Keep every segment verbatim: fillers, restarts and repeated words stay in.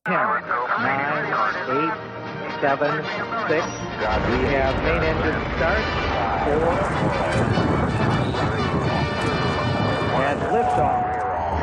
ten, nine, eight, seven, six. We have main engine start. four. And liftoff.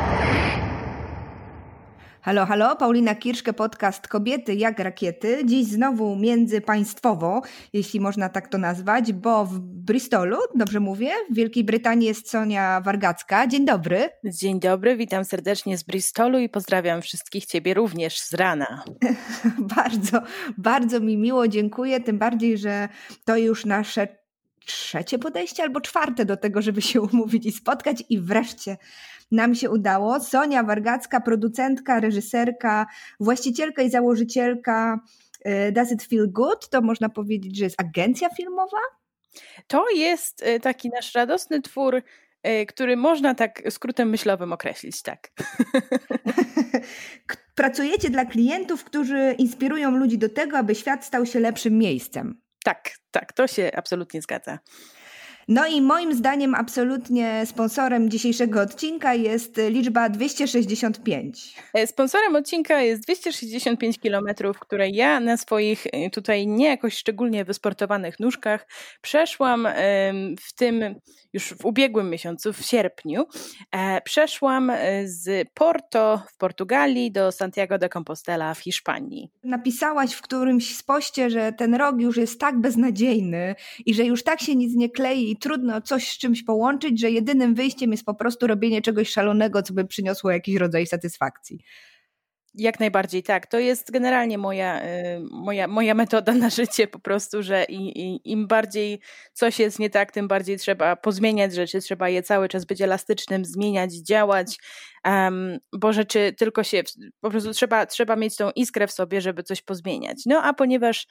Halo, halo, Paulina Kirszke, podcast Kobiety jak rakiety. Dziś znowu międzypaństwowo, jeśli można tak to nazwać, bo w Bristolu, dobrze mówię, w Wielkiej Brytanii jest Sonia Wargacka. Dzień dobry. Dzień dobry, witam serdecznie z Bristolu i pozdrawiam wszystkich Ciebie również z rana. Bardzo, bardzo mi miło, dziękuję, tym bardziej, że to już nasze trzecie podejście albo czwarte do tego, żeby się umówić i spotkać i wreszcie nam się udało. Sonia Wargacka, producentka, reżyserka, właścicielka i założycielka Does It Feel Good? To można powiedzieć, że jest agencja filmowa? To jest taki nasz radosny twór, który można tak skrótem myślowym określić, tak. Pracujecie dla klientów, którzy inspirują ludzi do tego, aby świat stał się lepszym miejscem. Tak, tak, to się absolutnie zgadza. No i moim zdaniem absolutnie sponsorem dzisiejszego odcinka jest liczba dwieście sześćdziesiąt pięć. Sponsorem odcinka jest dwieście sześćdziesiąt pięć kilometrów, które ja na swoich tutaj nie jakoś szczególnie wysportowanych nóżkach przeszłam w tym, już w ubiegłym miesiącu, w sierpniu, przeszłam z Porto w Portugalii do Santiago de Compostela w Hiszpanii. Napisałaś w którymś z poście, że ten rok już jest tak beznadziejny i że już tak się nic nie klei i trudno coś z czymś połączyć, że jedynym wyjściem jest po prostu robienie czegoś szalonego, co by przyniosło jakiś rodzaj satysfakcji. Jak najbardziej, tak. To jest generalnie moja, moja, moja metoda na życie po prostu, że i, i, im bardziej coś jest nie tak, tym bardziej trzeba pozmieniać rzeczy, trzeba je cały czas być elastycznym, zmieniać, działać, um, bo rzeczy tylko się, po prostu trzeba, trzeba mieć tą iskrę w sobie, żeby coś pozmieniać. No a ponieważ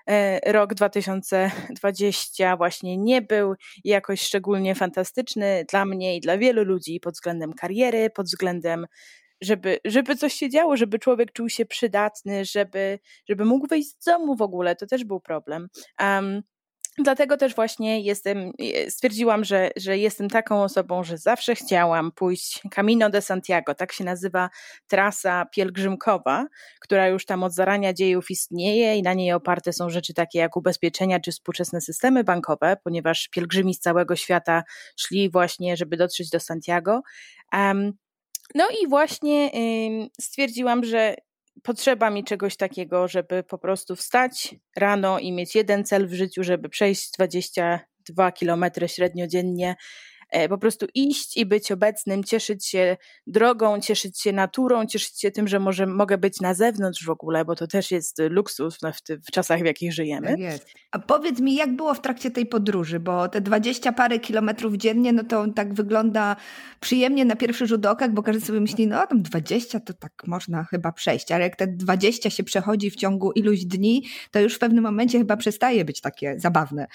rok dwa tysiące dwudziesty właśnie nie był jakoś szczególnie fantastyczny dla mnie i dla wielu ludzi pod względem kariery, pod względem Żeby, żeby coś się działo, żeby człowiek czuł się przydatny, żeby, żeby mógł wyjść z domu w ogóle, to też był problem. Um, dlatego też właśnie jestem, stwierdziłam, że, że jestem taką osobą, że zawsze chciałam pójść Camino de Santiago, tak się nazywa trasa pielgrzymkowa, która już tam od zarania dziejów istnieje i na niej oparte są rzeczy takie jak ubezpieczenia czy współczesne systemy bankowe, ponieważ pielgrzymi z całego świata szli właśnie, żeby dotrzeć do Santiago. Um, No i właśnie y, stwierdziłam, że potrzeba mi czegoś takiego, żeby po prostu wstać rano i mieć jeden cel w życiu, żeby przejść dwadzieścia dwa kilometry średnio dziennie, e, po prostu iść i być obecnym, cieszyć się drogą, cieszyć się naturą, cieszyć się tym, że może mogę być na zewnątrz w ogóle, bo to też jest luksus w, w, w czasach, w jakich żyjemy. Tak jest. A powiedz mi, jak było w trakcie tej podróży, bo te dwadzieścia parę kilometrów dziennie, no to tak wygląda przyjemnie na pierwszy rzut oka, bo każdy sobie myśli, no tam dwadzieścia to tak można chyba przejść, ale jak te dwadzieścia się przechodzi w ciągu iluś dni, to już w pewnym momencie chyba przestaje być takie zabawne.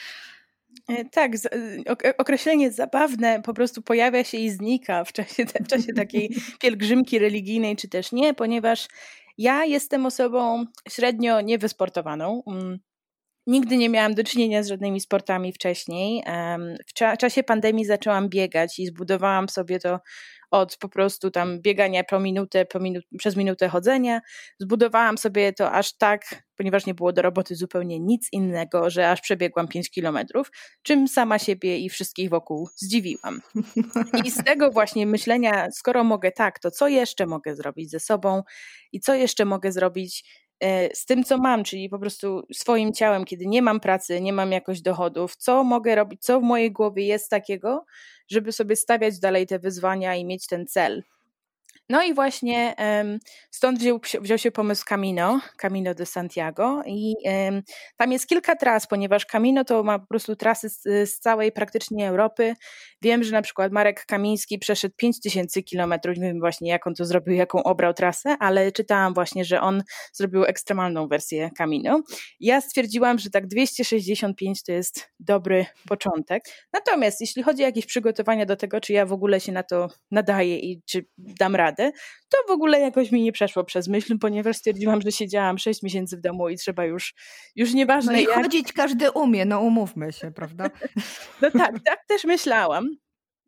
Tak, określenie zabawne po prostu pojawia się i znika w czasie, w czasie takiej pielgrzymki religijnej, czy też nie, ponieważ ja jestem osobą średnio niewysportowaną. Nigdy nie miałam do czynienia z żadnymi sportami wcześniej. W cza- czasie pandemii zaczęłam biegać i zbudowałam sobie to od po prostu tam biegania po minutę, po minu- przez minutę chodzenia. Zbudowałam sobie to aż tak, ponieważ nie było do roboty zupełnie nic innego, że aż przebiegłam pięć kilometrów, czym sama siebie i wszystkich wokół zdziwiłam. I z tego właśnie myślenia, skoro mogę tak, to co jeszcze mogę zrobić ze sobą i co jeszcze mogę zrobić z tym, co mam, czyli po prostu swoim ciałem, kiedy nie mam pracy, nie mam jakoś dochodów, co mogę robić, co w mojej głowie jest takiego, żeby sobie stawiać dalej te wyzwania i mieć ten cel. No i właśnie um, stąd wziął, wziął się pomysł Camino, Camino de Santiago i um, tam jest kilka tras, ponieważ Camino to ma po prostu trasy z, z całej praktycznie Europy. Wiem, że na przykład Marek Kamiński przeszedł pięć tysięcy kilometrów, nie wiem właśnie jak on to zrobił, jaką obrał trasę, ale czytałam właśnie, że on zrobił ekstremalną wersję Camino. Ja stwierdziłam, że tak dwieście sześćdziesiąt pięć to jest dobry początek. Natomiast jeśli chodzi o jakieś przygotowania do tego, czy ja w ogóle się na to nadaję i czy dam radę, to w ogóle jakoś mi nie przeszło przez myśl, ponieważ stwierdziłam, że siedziałam sześć miesięcy w domu i trzeba już, już nieważne no i jak. chodzić każdy umie, no umówmy się, prawda? No tak, tak też myślałam.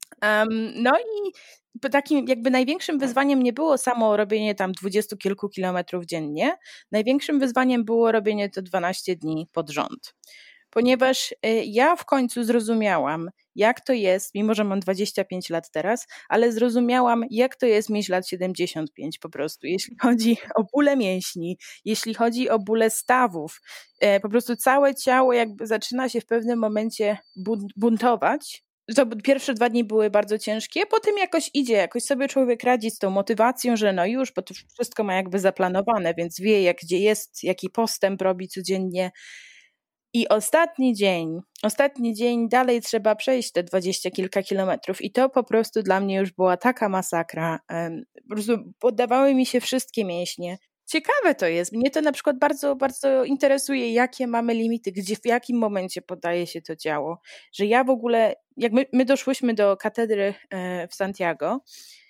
Um, no i takim jakby największym wyzwaniem nie było samo robienie tam dwudziestu kilku kilometrów dziennie. Największym wyzwaniem było robienie to dwanaście dni pod rząd. Ponieważ ja w końcu zrozumiałam, jak to jest, mimo że mam dwadzieścia pięć lat teraz, ale zrozumiałam, jak to jest mieć lat siedemdziesiąt pięć po prostu, jeśli chodzi o bóle mięśni, jeśli chodzi o bóle stawów. Po prostu całe ciało jakby zaczyna się w pewnym momencie buntować. To pierwsze dwa dni były bardzo ciężkie, potem jakoś idzie, jakoś sobie człowiek radzi z tą motywacją, że no już, bo to wszystko ma jakby zaplanowane, więc wie, jak gdzie jest, jaki postęp robi codziennie. I ostatni dzień, ostatni dzień dalej trzeba przejść te dwadzieścia kilka kilometrów i to po prostu dla mnie już była taka masakra. Po prostu poddawały mi się wszystkie mięśnie. Ciekawe to jest. Mnie to na przykład bardzo, bardzo interesuje, jakie mamy limity, gdzie, w jakim momencie poddaje się to ciało. Że ja w ogóle, jak my, my doszłyśmy do katedry w Santiago,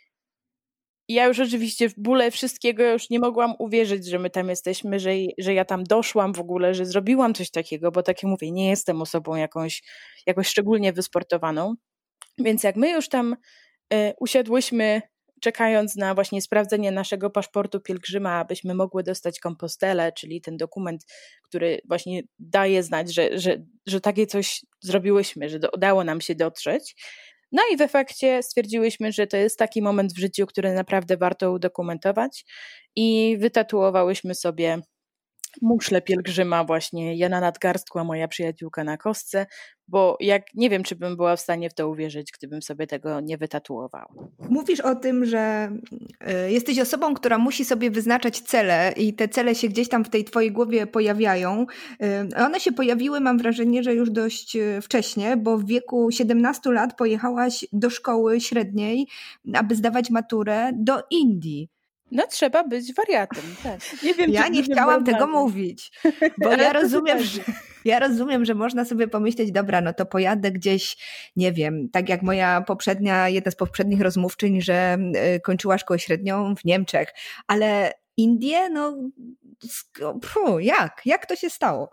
ja już oczywiście w bóle wszystkiego już nie mogłam uwierzyć, że my tam jesteśmy, że, że ja tam doszłam w ogóle, że zrobiłam coś takiego, bo tak jak mówię, nie jestem osobą jakąś, jakoś szczególnie wysportowaną. Więc jak my już tam y, usiadłyśmy, czekając na właśnie sprawdzenie naszego paszportu pielgrzyma, abyśmy mogły dostać kompostelę, czyli ten dokument, który właśnie daje znać, że, że, że takie coś zrobiłyśmy, że do, udało nam się dotrzeć. No i w efekcie stwierdziłyśmy, że to jest taki moment w życiu, który naprawdę warto udokumentować i wytatuowałyśmy sobie muszlę pielgrzyma właśnie, ja na nadgarstku, a moja przyjaciółka na kostce, bo jak nie wiem, czy bym była w stanie w to uwierzyć, gdybym sobie tego nie wytatuowała. Mówisz o tym, że jesteś osobą, która musi sobie wyznaczać cele i te cele się gdzieś tam w tej twojej głowie pojawiają. One się pojawiły, mam wrażenie, że już dość wcześnie, bo w wieku siedemnastu lat pojechałaś do szkoły średniej, aby zdawać maturę do Indii. No trzeba być wariatem, tak. Nie wiem, ja czy nie chciałam tego mówić, bo ja rozumiem, że, ja rozumiem, że można sobie pomyśleć, dobra, no to pojadę gdzieś, nie wiem, tak jak moja poprzednia, jedna z poprzednich rozmówczyń, że kończyła szkołę średnią w Niemczech, ale Indie, no pfu, jak? Jak to się stało?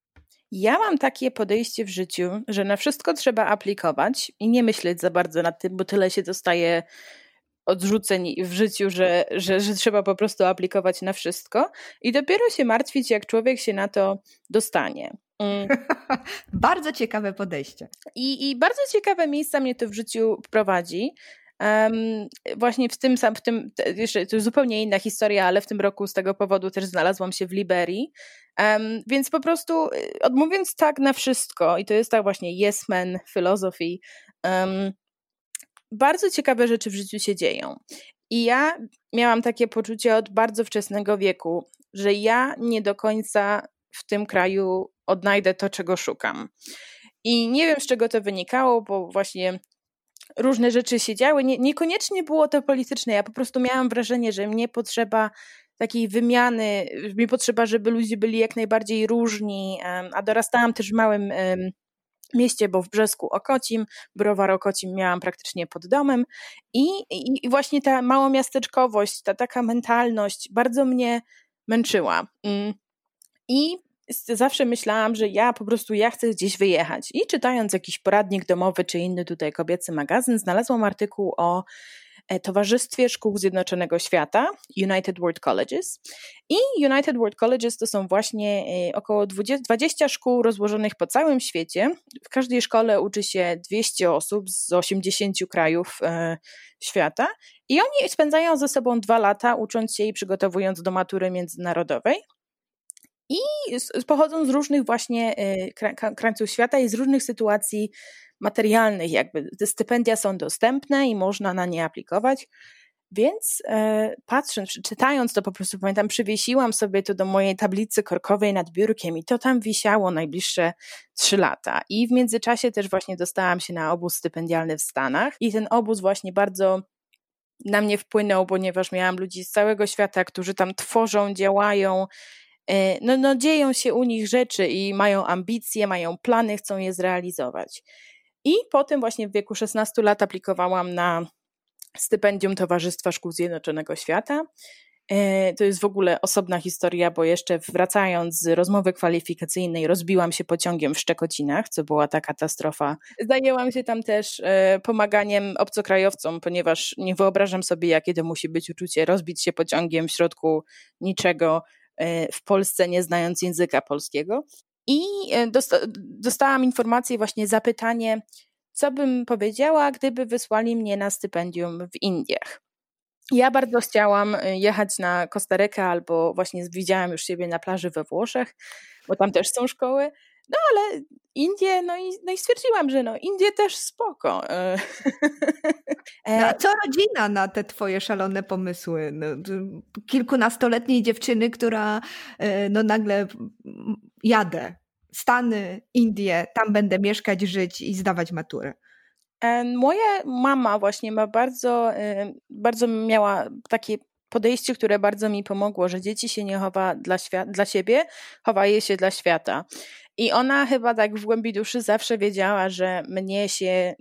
Ja mam takie podejście w życiu, że na wszystko trzeba aplikować i nie myśleć za bardzo nad tym, bo tyle się dostaje odrzuceń w życiu, że, że, że trzeba po prostu aplikować na wszystko i dopiero się martwić, jak człowiek się na to dostanie. Mm. Bardzo ciekawe podejście. I, I bardzo ciekawe miejsca mnie to w życiu prowadzi. Um, właśnie w tym sam, w tym, jeszcze to jest zupełnie inna historia, ale w tym roku z tego powodu też znalazłam się w Liberii. Um, więc po prostu odmówiąc tak na wszystko, i to jest tak właśnie yes man philosophy, um, bardzo ciekawe rzeczy w życiu się dzieją. I ja miałam takie poczucie od bardzo wczesnego wieku, że ja nie do końca w tym kraju odnajdę to, czego szukam. I nie wiem, z czego to wynikało, bo właśnie różne rzeczy się działy. Nie, niekoniecznie było to polityczne. Ja po prostu miałam wrażenie, że mnie potrzeba takiej wymiany, mnie potrzeba, żeby ludzie byli jak najbardziej różni, a dorastałam też w małym mieście, bo w Brzesku Okocim, browar Okocim miałam praktycznie pod domem i, i, i właśnie ta małomiasteczkowość, ta taka mentalność bardzo mnie męczyła. I zawsze myślałam, że ja po prostu ja chcę gdzieś wyjechać. I czytając jakiś poradnik domowy czy inny tutaj kobiecy magazyn, znalazłam artykuł o Towarzystwie Szkół Zjednoczonego Świata, United World Colleges. I United World Colleges to są właśnie około dwadzieścia szkół rozłożonych po całym świecie. W każdej szkole uczy się dwieście osób z osiemdziesięciu krajów e, świata i oni spędzają ze sobą dwa lata ucząc się i przygotowując do matury międzynarodowej. I pochodzą z różnych właśnie krańców świata i z różnych sytuacji materialnych, jakby te stypendia są dostępne i można na nie aplikować, więc e, patrząc, czytając to po prostu pamiętam, przywiesiłam sobie to do mojej tablicy korkowej nad biurkiem i to tam wisiało najbliższe trzy lata i w międzyczasie też właśnie dostałam się na obóz stypendialny w Stanach i ten obóz właśnie bardzo na mnie wpłynął, ponieważ miałam ludzi z całego świata, którzy tam tworzą, działają, no, no dzieją się u nich rzeczy i mają ambicje, mają plany, chcą je zrealizować. I potem właśnie w wieku szesnastu lat aplikowałam na stypendium Towarzystwa Szkół Zjednoczonego Świata To jest w ogóle osobna historia, bo jeszcze wracając z rozmowy kwalifikacyjnej rozbiłam się pociągiem w Szczekocinach, co była ta katastrofa. Zajęłam się tam też pomaganiem obcokrajowcom, ponieważ nie wyobrażam sobie, jakie to musi być uczucie rozbić się pociągiem w środku niczego w Polsce, nie znając języka polskiego. I dostałam informację, właśnie zapytanie, co bym powiedziała, gdyby wysłali mnie na stypendium w Indiach. Ja bardzo chciałam jechać na Kostarykę albo właśnie widziałam już siebie na plaży we Włoszech, bo tam też są szkoły. No ale Indie, no i, no i stwierdziłam, że no Indie też spoko. No, a co rodzina na te twoje szalone pomysły? No, kilkunastoletniej dziewczyny, która no nagle jadę. Stany, Indie, tam będę mieszkać, żyć i zdawać maturę. Moja mama właśnie ma bardzo, bardzo miała takie podejście, które bardzo mi pomogło, że dzieci się nie chowa dla, świat, dla siebie, chowa je się dla świata. I ona chyba tak w głębi duszy zawsze wiedziała, że mnie się,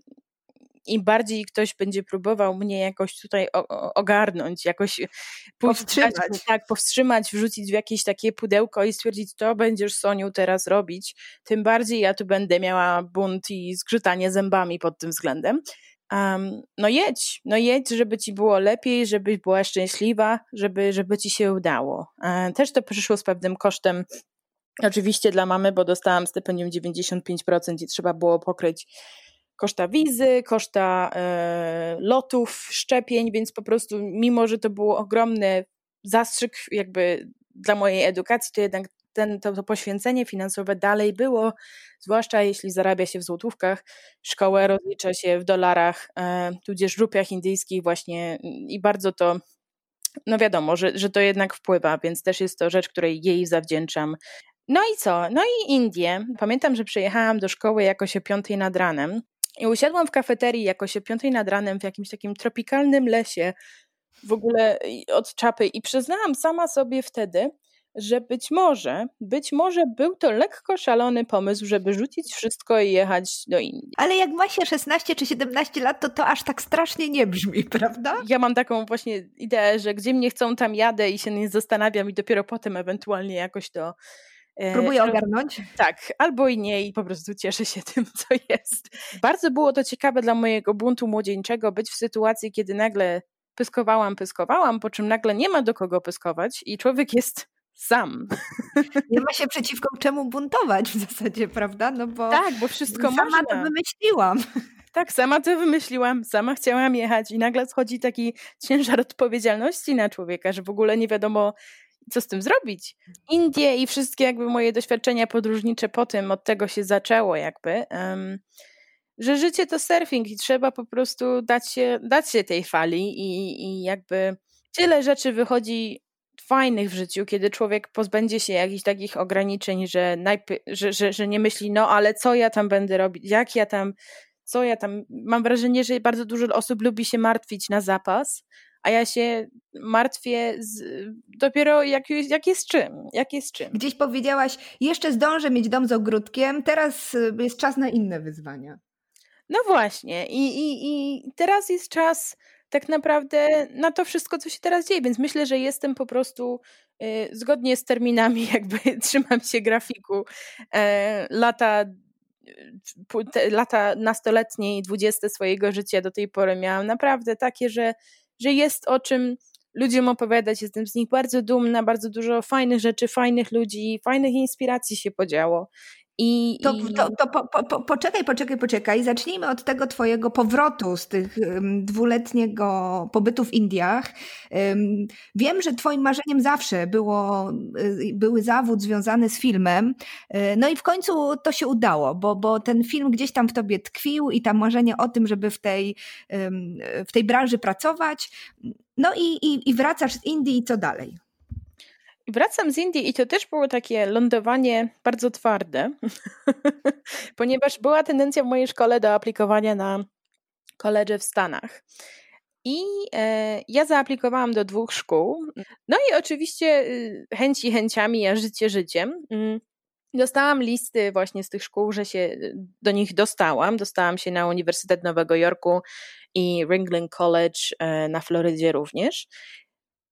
im bardziej ktoś będzie próbował mnie jakoś tutaj ogarnąć, jakoś powstrzymać, dać, tak, powstrzymać, wrzucić w jakieś takie pudełko i stwierdzić, to będziesz, Soniu, teraz robić, tym bardziej ja tu będę miała bunt i zgrzytanie zębami pod tym względem. Um, no jedź, no jedź, żeby ci było lepiej, żebyś była szczęśliwa, żeby, żeby ci się udało. Um, też to przyszło z pewnym kosztem, oczywiście dla mamy, bo dostałam stypendium dziewięćdziesiąt pięć procent i trzeba było pokryć koszta wizy, koszta e, lotów, szczepień, więc po prostu mimo, że to był ogromny zastrzyk jakby dla mojej edukacji, to jednak ten, to, to poświęcenie finansowe dalej było, zwłaszcza jeśli zarabia się w złotówkach, szkołę rozlicza się w dolarach, e, tudzież rupiach indyjskich właśnie i bardzo to, no wiadomo, że, że to jednak wpływa, więc też jest to rzecz, której jej zawdzięczam. No i co? No i Indie. Pamiętam, że przyjechałam do szkoły jakoś o piątej nad ranem i usiadłam w kafeterii jakoś o piątej nad ranem w jakimś takim tropikalnym lesie w ogóle od czapy i przyznałam sama sobie wtedy, że być może, być może był to lekko szalony pomysł, żeby rzucić wszystko i jechać do Indii. Ale jak ma się szesnaście czy siedemnaście lat, to to aż tak strasznie nie brzmi, prawda? Ja mam taką właśnie ideę, że gdzie mnie chcą, tam jadę i się nie zastanawiam i dopiero potem ewentualnie jakoś to próbuję ogarnąć? Tak, albo i nie i po prostu cieszę się tym, co jest. Bardzo było to ciekawe dla mojego buntu młodzieńczego być w sytuacji, kiedy nagle pyskowałam, pyskowałam, po czym nagle nie ma do kogo pyskować i człowiek jest sam. Nie ma się przeciwko czemu buntować w zasadzie, prawda? No bo tak, bo wszystko sama można. to wymyśliłam. Tak, sama to wymyśliłam, sama chciałam jechać i nagle schodzi taki ciężar odpowiedzialności na człowieka, że w ogóle nie wiadomo, co z tym zrobić. Indie i wszystkie jakby moje doświadczenia podróżnicze po tym, od tego się zaczęło jakby, um, że życie to surfing i trzeba po prostu dać się, dać się tej fali i, i jakby tyle rzeczy wychodzi fajnych w życiu, kiedy człowiek pozbędzie się jakichś takich ograniczeń, że, najpierw, że, że, że nie myśli, no ale co ja tam będę robić, jak ja tam, co ja tam, mam wrażenie, że bardzo dużo osób lubi się martwić na zapas, a ja się martwię z, dopiero jak, jak jest czym, jak jest czym. Gdzieś powiedziałaś, jeszcze zdążę mieć dom z ogródkiem, teraz jest czas na inne wyzwania. No właśnie i, i, i teraz jest czas tak naprawdę na to wszystko, co się teraz dzieje, więc myślę, że jestem po prostu y, zgodnie z terminami, jakby trzymam się grafiku, y, lata Te lata nastoletnie i dwudzieste swojego życia do tej pory miałam naprawdę takie, że, że jest o czym ludziom opowiadać, jestem z nich bardzo dumna, bardzo dużo fajnych rzeczy, fajnych ludzi, fajnych inspiracji się podziało. I, to i... to, to po, po, po, poczekaj, poczekaj, poczekaj. Zacznijmy od tego twojego powrotu z tych um, dwuletniego pobytu w Indiach. Um, wiem, że twoim marzeniem zawsze było, y, były zawód związany z filmem. Y, no i w końcu to się udało, bo, bo ten film gdzieś tam w tobie tkwił i tam marzenie o tym, żeby w tej, um, w tej branży pracować. No i, i, i wracasz z Indii i co dalej? Wracam z Indii i to też było takie lądowanie bardzo twarde, ponieważ była tendencja w mojej szkole do aplikowania na koledże w Stanach. I e, ja zaaplikowałam do dwóch szkół. No i oczywiście chęci chęciami, a życie życiem. Dostałam listy właśnie z tych szkół, że się do nich dostałam. Dostałam się na Uniwersytet Nowego Jorku i Ringling College e, na Florydzie również.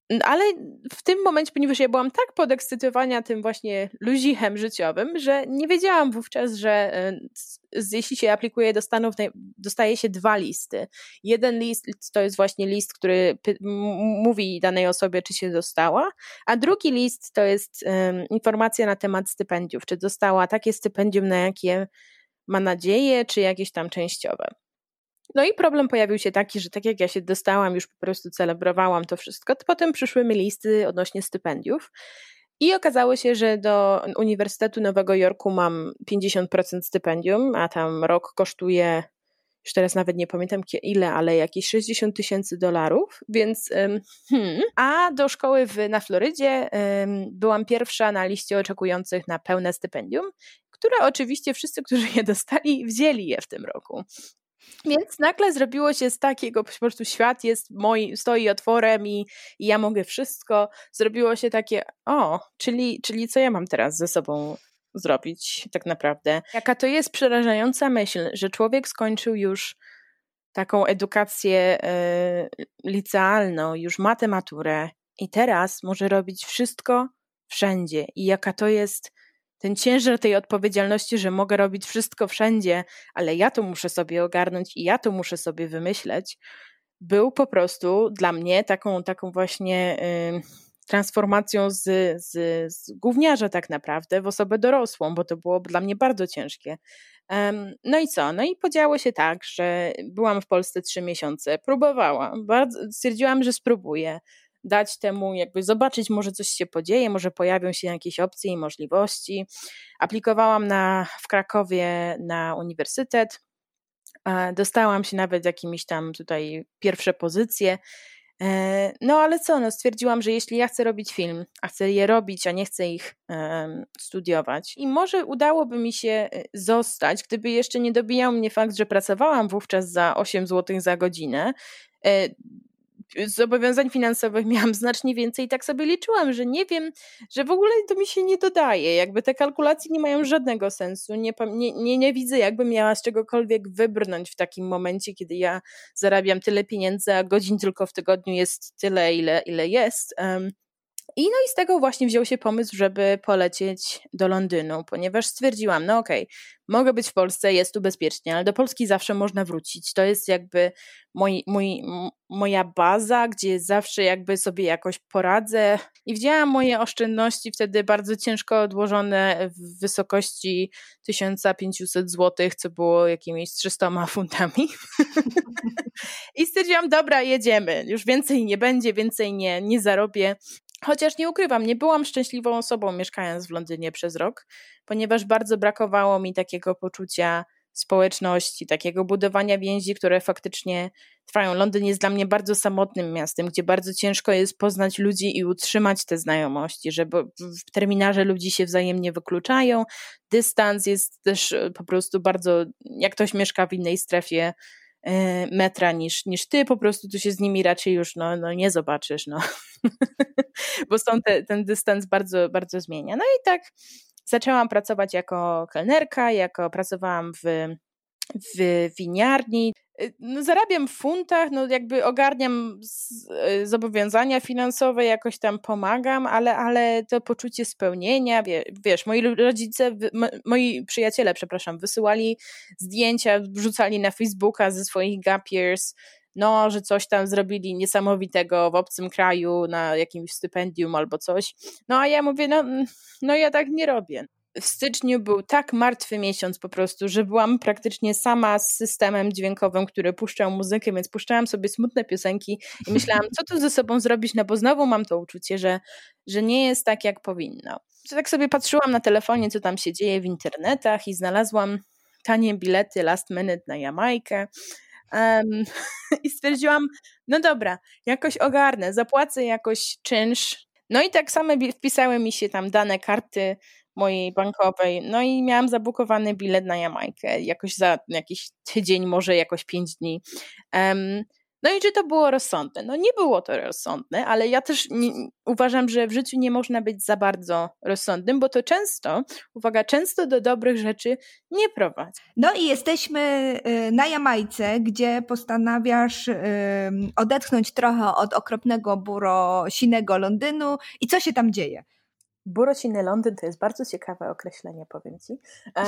ale w tym momencie, ponieważ ja byłam tak podekscytowana tym właśnie luzichem życiowym, że nie wiedziałam wówczas, że jeśli się aplikuje do Stanów, dostaje się dwa listy. Jeden list to jest właśnie list, który mówi danej osobie, czy się dostała, a drugi list to jest um, informacja na temat stypendiów, czy dostała takie stypendium, na jakie ma nadzieję, czy jakieś tam częściowe. No i problem pojawił się taki, że tak jak ja się dostałam, już po prostu celebrowałam to wszystko, to potem przyszły mi listy odnośnie stypendiów i okazało się, że do Uniwersytetu Nowego Jorku mam pięćdziesiąt procent stypendium, a tam rok kosztuje, już teraz nawet nie pamiętam ile, ale jakieś sześćdziesiąt tysięcy dolarów, więc hmm. A do szkoły w, na Florydzie um, byłam pierwsza na liście oczekujących na pełne stypendium, które oczywiście wszyscy, którzy je dostali, wzięli je w tym roku. Więc nagle zrobiło się z takiego, po prostu świat jest mój, stoi otworem i, i ja mogę wszystko. Zrobiło się takie, o, czyli, czyli co ja mam teraz ze sobą zrobić tak naprawdę? Jaka to jest przerażająca myśl, że człowiek skończył już taką edukację y, licealną, już ma tę maturę i teraz może robić wszystko wszędzie. I jaka to jest ten ciężar tej odpowiedzialności, że mogę robić wszystko wszędzie, ale ja to muszę sobie ogarnąć i ja to muszę sobie wymyśleć, był po prostu dla mnie taką, taką właśnie y, transformacją z, z, z gówniarza tak naprawdę w osobę dorosłą, bo to było dla mnie bardzo ciężkie. Um, no i co? No i podziało się tak, że byłam w Polsce trzy miesiące, próbowałam, bardzo, stwierdziłam, że spróbuję dać temu, jakby zobaczyć, może coś się podzieje, może pojawią się jakieś opcje i możliwości. Aplikowałam na, w Krakowie na uniwersytet, dostałam się nawet jakimiś tam tutaj pierwsze pozycje, no ale co, no stwierdziłam, że jeśli ja chcę robić film, a chcę je robić, a nie chcę ich um, studiować i może udałoby mi się zostać, gdyby jeszcze nie dobijał mnie fakt, że pracowałam wówczas za osiem złotych za godzinę, zobowiązań finansowych miałam znacznie więcej i tak sobie liczyłam, że nie wiem, że w ogóle to mi się nie dodaje, jakby te kalkulacje nie mają żadnego sensu, nie, nie, nie, nie widzę jakbym miała z czegokolwiek wybrnąć w takim momencie, kiedy ja zarabiam tyle pieniędzy, a godzin tylko w tygodniu jest tyle, ile, ile jest. Um, I no i z tego właśnie wziął się pomysł, żeby polecieć do Londynu, ponieważ stwierdziłam, no okej, okay, mogę być w Polsce, jest tu bezpiecznie, ale do Polski zawsze można wrócić. To jest jakby mój, mój, moja baza, gdzie zawsze jakby sobie jakoś poradzę. I wzięłam moje oszczędności wtedy bardzo ciężko odłożone w wysokości tysiąc pięćset złotych, co było jakimiś trzysta funtami. I stwierdziłam, dobra, jedziemy, już więcej nie będzie, więcej nie, nie zarobię. Chociaż nie ukrywam, nie byłam szczęśliwą osobą mieszkając w Londynie przez rok, ponieważ bardzo brakowało mi takiego poczucia społeczności, takiego budowania więzi, które faktycznie trwają. Londyn jest dla mnie bardzo samotnym miastem, gdzie bardzo ciężko jest poznać ludzi i utrzymać te znajomości, że w terminarze ludzi się wzajemnie wykluczają, dystans jest też po prostu bardzo, jak ktoś mieszka w innej strefie metra niż, niż ty, po prostu tu się z nimi raczej już no, no nie zobaczysz, no. Bo stąd te, ten dystans bardzo, bardzo zmienia. No i tak zaczęłam pracować jako kelnerka, jako pracowałam w, w winiarni. No, zarabiam w funtach, no jakby ogarniam z, zobowiązania finansowe, jakoś tam pomagam, ale, ale to poczucie spełnienia, wie, wiesz, moi rodzice, moi przyjaciele, przepraszam, wysyłali zdjęcia, wrzucali na Facebooka ze swoich gap years, no, że coś tam zrobili niesamowitego w obcym kraju na jakimś stypendium albo coś. No a ja mówię, no, no ja tak nie robię. W styczniu był tak martwy miesiąc po prostu, że byłam praktycznie sama z systemem dźwiękowym, który puszczał muzykę, więc puszczałam sobie smutne piosenki i myślałam, co tu ze sobą zrobić, no bo znowu mam to uczucie, że, że nie jest tak, jak powinno. Tak sobie patrzyłam na telefonie, co tam się dzieje w internetach i znalazłam tanie bilety last minute na Jamajkę. Um, i stwierdziłam, no dobra, jakoś ogarnę, zapłacę jakoś czynsz. No i tak samo wpisały mi się tam dane karty mojej bankowej, no i miałam zabukowany bilet na Jamajkę, jakoś za jakiś tydzień, może jakoś pięć dni. Um, No i czy to było rozsądne? No nie było to rozsądne, ale ja też nie, uważam, że w życiu nie można być za bardzo rozsądnym, bo to często, uwaga, często do dobrych rzeczy nie prowadzi. No i jesteśmy na Jamajce, gdzie postanawiasz odetchnąć trochę od okropnego burosinego Londynu. I co się tam dzieje? Burosiny Londyn to jest bardzo ciekawe określenie, powiem ci.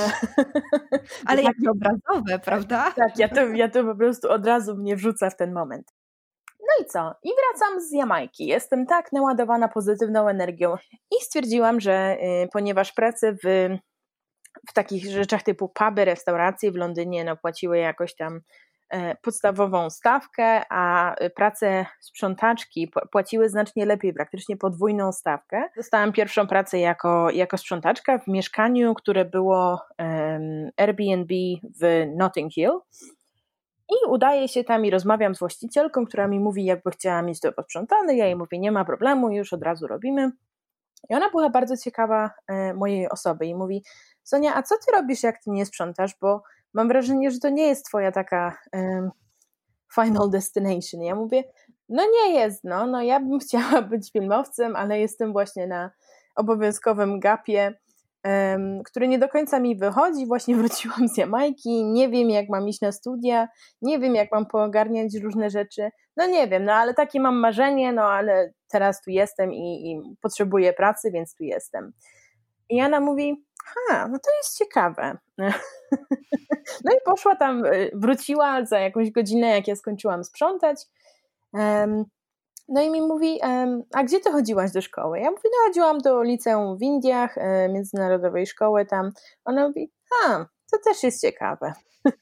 Ale jakie obrazowe, prawda? Tak, ja to, ja to po prostu od razu mnie wrzuca w ten moment. No i co? I wracam z Jamajki. Jestem tak naładowana pozytywną energią i stwierdziłam, że y, ponieważ pracę w, w takich rzeczach typu puby, restauracje w Londynie no, płaciły jakoś tam podstawową stawkę, a pracę sprzątaczki płaciły znacznie lepiej, praktycznie podwójną stawkę. Dostałam pierwszą pracę jako, jako sprzątaczka w mieszkaniu, które było um, Airbnb w Notting Hill i udaję się tam i rozmawiam z właścicielką, która mi mówi, jakby chciała mieć to posprzątane. Ja jej mówię, nie ma problemu, już od razu robimy. I ona była bardzo ciekawa e, mojej osoby i mówi, Sonia, a co ty robisz, jak ty nie sprzątasz, bo mam wrażenie, że to nie jest twoja taka um, final destination. Ja mówię, no nie jest, no, no ja bym chciała być filmowcem, ale jestem właśnie na obowiązkowym gapie, um, który nie do końca mi wychodzi. Właśnie wróciłam z Jamajki, nie wiem jak mam iść na studia, nie wiem jak mam poogarniać różne rzeczy. No nie wiem, no ale takie mam marzenie, no ale teraz tu jestem i, i potrzebuję pracy, więc tu jestem. I Jana mówi, ha, no to jest ciekawe. No i poszła tam, wróciła za jakąś godzinę, jak ja skończyłam sprzątać. Um, no i mi mówi, um, a gdzie ty chodziłaś do szkoły? Ja mówię, no chodziłam do liceum w Indiach, e, międzynarodowej szkoły tam. Ona mówi, a, to też jest ciekawe.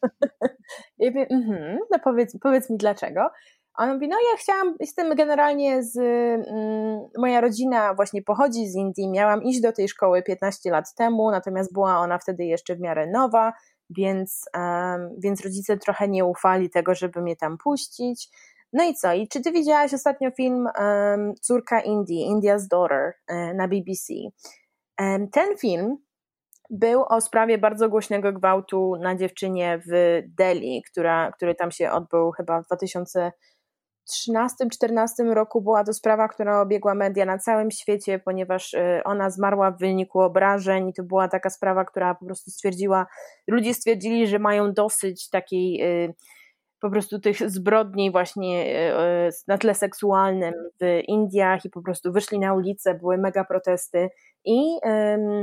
I mówię, mhm, no powiedz, powiedz mi dlaczego. Ona mówi, no ja chciałam, jestem generalnie z, mm, moja rodzina właśnie pochodzi z Indii, miałam iść do tej szkoły piętnaście lat temu, natomiast była ona wtedy jeszcze w miarę nowa, więc, um, więc rodzice trochę nie ufali tego, żeby mnie tam puścić. No i co? I czy ty widziałaś ostatnio film um, Córka Indii, India's Daughter um, na B B C? Um, ten film był o sprawie bardzo głośnego gwałtu na dziewczynie w Delhi, która, który tam się odbył chyba w dwa tysiące trzynastym czternastym roku. Była to sprawa, która obiegła media na całym świecie, ponieważ ona zmarła w wyniku obrażeń i to była taka sprawa, która po prostu stwierdziła, ludzie stwierdzili, że mają dosyć takiej po prostu tych zbrodni właśnie na tle seksualnym w Indiach i po prostu wyszli na ulicę, były mega protesty i um,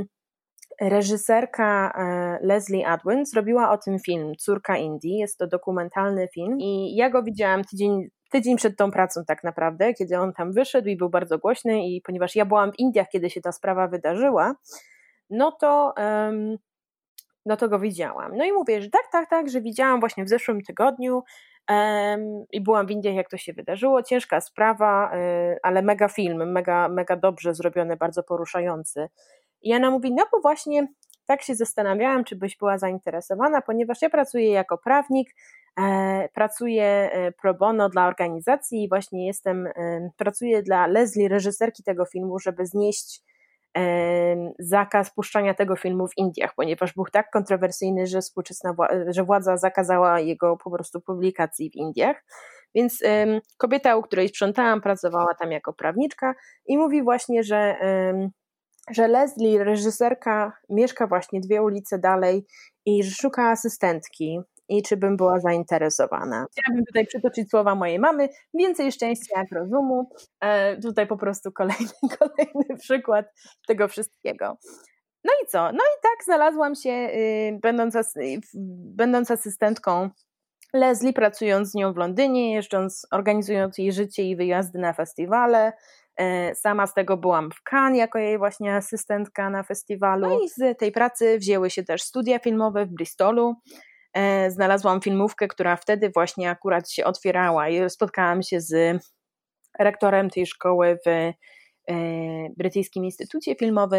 reżyserka Leslie Adwin zrobiła o tym film Córka Indii, jest to dokumentalny film i ja go widziałam tydzień Tydzień przed tą pracą tak naprawdę, kiedy on tam wyszedł i był bardzo głośny i ponieważ ja byłam w Indiach, kiedy się ta sprawa wydarzyła, no to, um, no to go widziałam. No i mówię, że tak, tak, tak, że widziałam właśnie w zeszłym tygodniu um, i byłam w Indiach, jak to się wydarzyło. Ciężka sprawa, y, ale mega film, mega, mega dobrze zrobiony, bardzo poruszający. I ona mówi, no bo właśnie tak się zastanawiałam, czy byś była zainteresowana, ponieważ ja pracuję jako prawnik, e, pracuję pro bono dla organizacji i właśnie jestem, e, pracuję dla Leslie, reżyserki tego filmu, żeby znieść e, zakaz puszczania tego filmu w Indiach, ponieważ był tak kontrowersyjny, że współczesna wła- że władza zakazała jego po prostu publikacji w Indiach. Więc e, kobieta, u której sprzątałam, pracowała tam jako prawniczka i mówi właśnie, że e, że Leslie, reżyserka, mieszka właśnie dwie ulice dalej i że szuka asystentki i czy bym była zainteresowana. Chciałabym tutaj przytoczyć słowa mojej mamy, więcej szczęścia jak rozumu. E, tutaj po prostu kolejny, kolejny przykład tego wszystkiego. No i co? No i tak znalazłam się, y, będąc, as, y, będąc asystentką Leslie, pracując z nią w Londynie, jeżdżąc, organizując jej życie i wyjazdy na festiwale. Sama z tego byłam w Cannes jako jej właśnie asystentka na festiwalu. No i z tej pracy wzięły się też studia filmowe w Bristolu. Znalazłam filmówkę, która wtedy właśnie akurat się otwierała i spotkałam się z rektorem tej szkoły w Brytyjskim Instytucie Filmowym.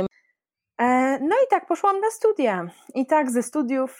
No i tak poszłam na studia. I tak ze studiów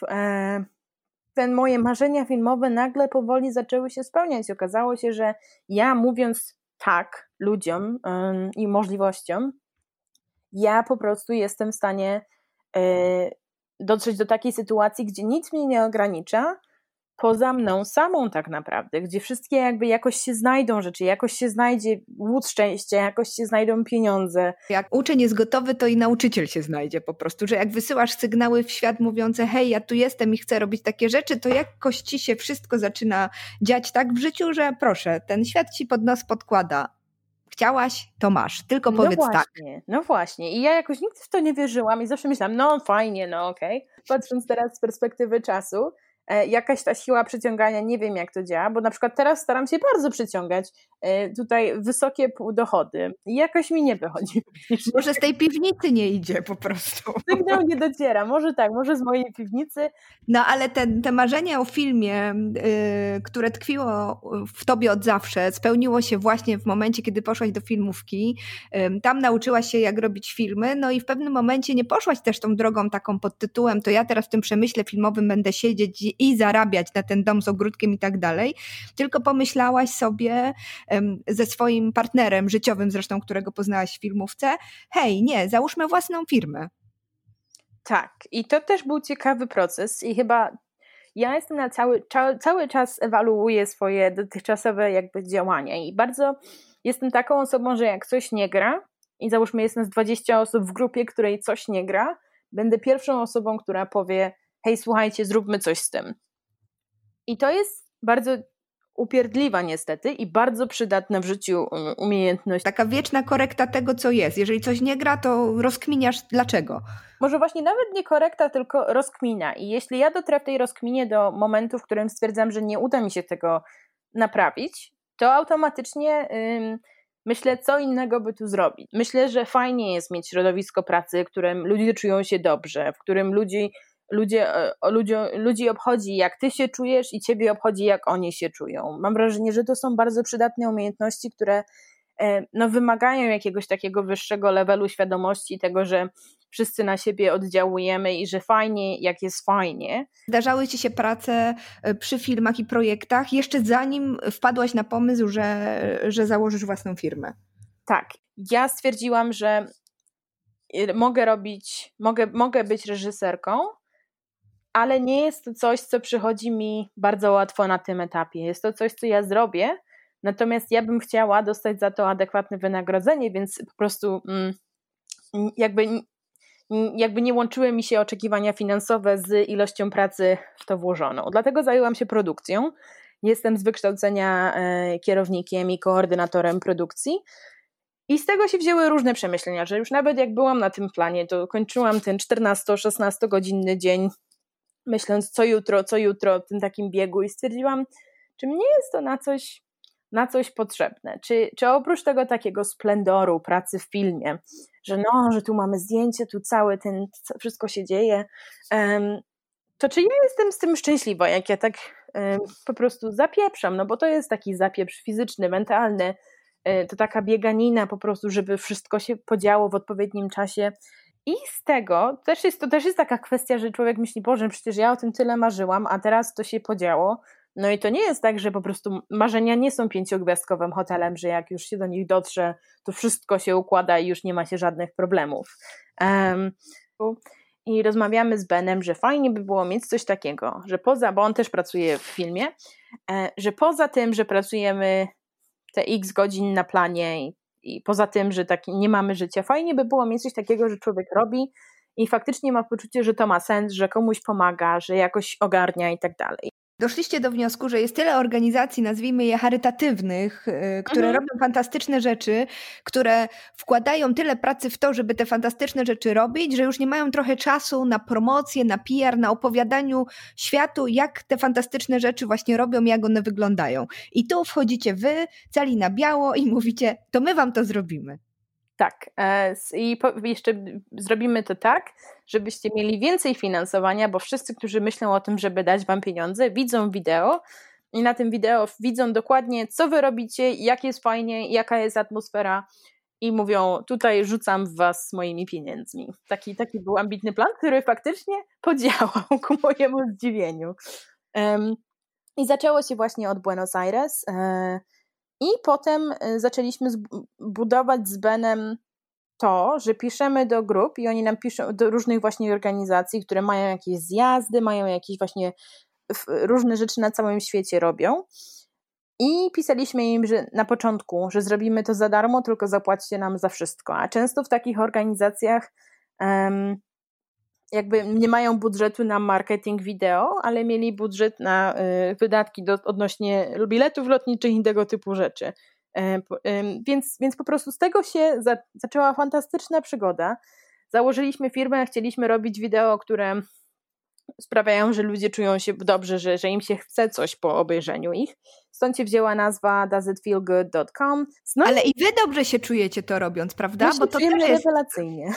te moje marzenia filmowe nagle powoli zaczęły się spełniać. Okazało się, że ja mówiąc tak ludziom ym, i możliwościom, ja po prostu jestem w stanie y, dotrzeć do takiej sytuacji, gdzie nic mnie nie ogranicza poza mną samą tak naprawdę, gdzie wszystkie jakby jakoś się znajdą rzeczy, jakoś się znajdzie łód szczęścia, jakoś się znajdą pieniądze. Jak uczeń jest gotowy, to i nauczyciel się znajdzie po prostu, że jak wysyłasz sygnały w świat mówiące hej, ja tu jestem i chcę robić takie rzeczy, to jakoś ci się wszystko zaczyna dziać tak w życiu, że proszę, ten świat ci pod nos podkłada. Chciałaś, to masz, tylko powiedz no tak. właśnie, No właśnie i ja jakoś nigdy w to nie wierzyłam i zawsze myślałam, no fajnie, no okej. Okay. Patrząc teraz z perspektywy czasu, e, jakaś ta siła przyciągania, nie wiem jak to działa, bo na przykład teraz staram się bardzo przyciągać e, tutaj wysokie dochody i jakoś mi nie wychodzi. Może z tej piwnicy nie idzie po prostu. Sygnał nie dociera, może tak, może z mojej piwnicy. No ale te, te marzenia o filmie, yy, które tkwiło w tobie od zawsze, spełniło się właśnie w momencie, kiedy poszłaś do filmówki. Yy, tam nauczyłaś się, jak robić filmy, no i w pewnym momencie nie poszłaś też tą drogą taką pod tytułem, to ja teraz w tym przemyśle filmowym będę siedzieć i zarabiać na ten dom z ogródkiem i tak dalej, tylko pomyślałaś sobie yy, ze swoim partnerem życiowym zresztą, którego poznałaś w filmówce, hej, nie, załóżmy własną firmę. Tak, i to też był ciekawy proces i chyba ja jestem na cały, cały czas ewaluuję swoje dotychczasowe jakby działania i bardzo jestem taką osobą, że jak coś nie gra i załóżmy jest nas dwadzieścia osób w grupie, której coś nie gra, będę pierwszą osobą, która powie hej, słuchajcie, zróbmy coś z tym. I to jest bardzo upierdliwa niestety i bardzo przydatna w życiu umiejętność. Taka wieczna korekta tego, co jest. Jeżeli coś nie gra, to rozkminiasz dlaczego. Może właśnie nawet nie korekta, tylko rozkmina. I jeśli ja dotrę w tej rozkminie do momentu, w którym stwierdzam, że nie uda mi się tego naprawić, to automatycznie ym, myślę, co innego by tu zrobić. Myślę, że fajnie jest mieć środowisko pracy, w którym ludzie czują się dobrze, w którym ludzi Ludzie, o, ludzi, ludzi obchodzi, jak ty się czujesz i ciebie obchodzi, jak oni się czują. Mam wrażenie, że to są bardzo przydatne umiejętności, które no, wymagają jakiegoś takiego wyższego levelu świadomości tego, że wszyscy na siebie oddziałujemy i że fajnie, jak jest fajnie. Zdarzały ci się prace przy filmach i projektach jeszcze zanim wpadłaś na pomysł, że, że założysz własną firmę. Tak. Ja stwierdziłam, że mogę robić, mogę, mogę być reżyserką, ale nie jest to coś, co przychodzi mi bardzo łatwo na tym etapie. Jest to coś, co ja zrobię, natomiast ja bym chciała dostać za to adekwatne wynagrodzenie, więc po prostu mm, jakby, jakby nie łączyły mi się oczekiwania finansowe z ilością pracy w to włożoną. Dlatego zajęłam się produkcją. Jestem z wykształcenia e, kierownikiem i koordynatorem produkcji. I z tego się wzięły różne przemyślenia, że już nawet jak byłam na tym planie, to kończyłam ten czternasto-szesnasto godzinny dzień, myśląc co jutro, co jutro w tym takim biegu i stwierdziłam, czy mnie jest to na coś, na coś potrzebne, czy, czy oprócz tego takiego splendoru pracy w filmie, że no, że tu mamy zdjęcie, tu cały ten, wszystko się dzieje, um, to czy ja jestem z tym szczęśliwa, jak ja tak um, po prostu zapieprzam, no bo to jest taki zapieprz fizyczny, mentalny, um, to taka bieganina po prostu, żeby wszystko się podziało w odpowiednim czasie. I z tego też jest, to też jest taka kwestia, że człowiek myśli, Boże, przecież ja o tym tyle marzyłam, a teraz to się podziało. No i to nie jest tak, że po prostu marzenia nie są pięciogwiazdkowym hotelem, że jak już się do nich dotrze, to wszystko się układa i już nie ma się żadnych problemów. Um, I rozmawiamy z Benem, że fajnie by było mieć coś takiego, że poza, bo on też pracuje w filmie, że poza tym, że pracujemy te x godzin na planie i I poza tym, że tak nie mamy życia, fajnie by było mieć coś takiego, że człowiek robi i faktycznie ma poczucie, że to ma sens, że komuś pomaga, że jakoś ogarnia i tak dalej. Doszliście do wniosku, że jest tyle organizacji, nazwijmy je charytatywnych, które mhm. robią fantastyczne rzeczy, które wkładają tyle pracy w to, żeby te fantastyczne rzeczy robić, że już nie mają trochę czasu na promocję, na P R, na opowiadaniu światu, jak te fantastyczne rzeczy właśnie robią, jak one wyglądają. I tu wchodzicie wy, cali na biało i mówicie, to my wam to zrobimy. Tak, i jeszcze zrobimy to tak, żebyście mieli więcej finansowania, bo wszyscy, którzy myślą o tym, żeby dać wam pieniądze, widzą wideo i na tym wideo widzą dokładnie, co wy robicie, jak jest fajnie, jaka jest atmosfera i mówią, tutaj rzucam w was moimi pieniędzmi. Taki, taki był ambitny plan, który faktycznie podziałał ku mojemu zdziwieniu. Um, I zaczęło się właśnie od Buenos Aires. Um, I potem zaczęliśmy budować z Benem to, że piszemy do grup i oni nam piszą do różnych właśnie organizacji, które mają jakieś zjazdy, mają jakieś właśnie różne rzeczy na całym świecie robią. I pisaliśmy im, że na początku, że zrobimy to za darmo, tylko zapłaćcie nam za wszystko. A często w takich organizacjach um, jakby nie mają budżetu na marketing wideo, ale mieli budżet na y, wydatki do, odnośnie biletów lotniczych i tego typu rzeczy. Y, y, więc, więc po prostu z tego się za, zaczęła fantastyczna przygoda. Założyliśmy firmę, chcieliśmy robić wideo, które sprawiają, że ludzie czują się dobrze, że, że im się chce coś po obejrzeniu ich. Stąd się wzięła nazwa does it feel good dot com. No ale i wy dobrze się czujecie to robiąc, prawda? My się bo to czujemy też jest rewelacyjnie.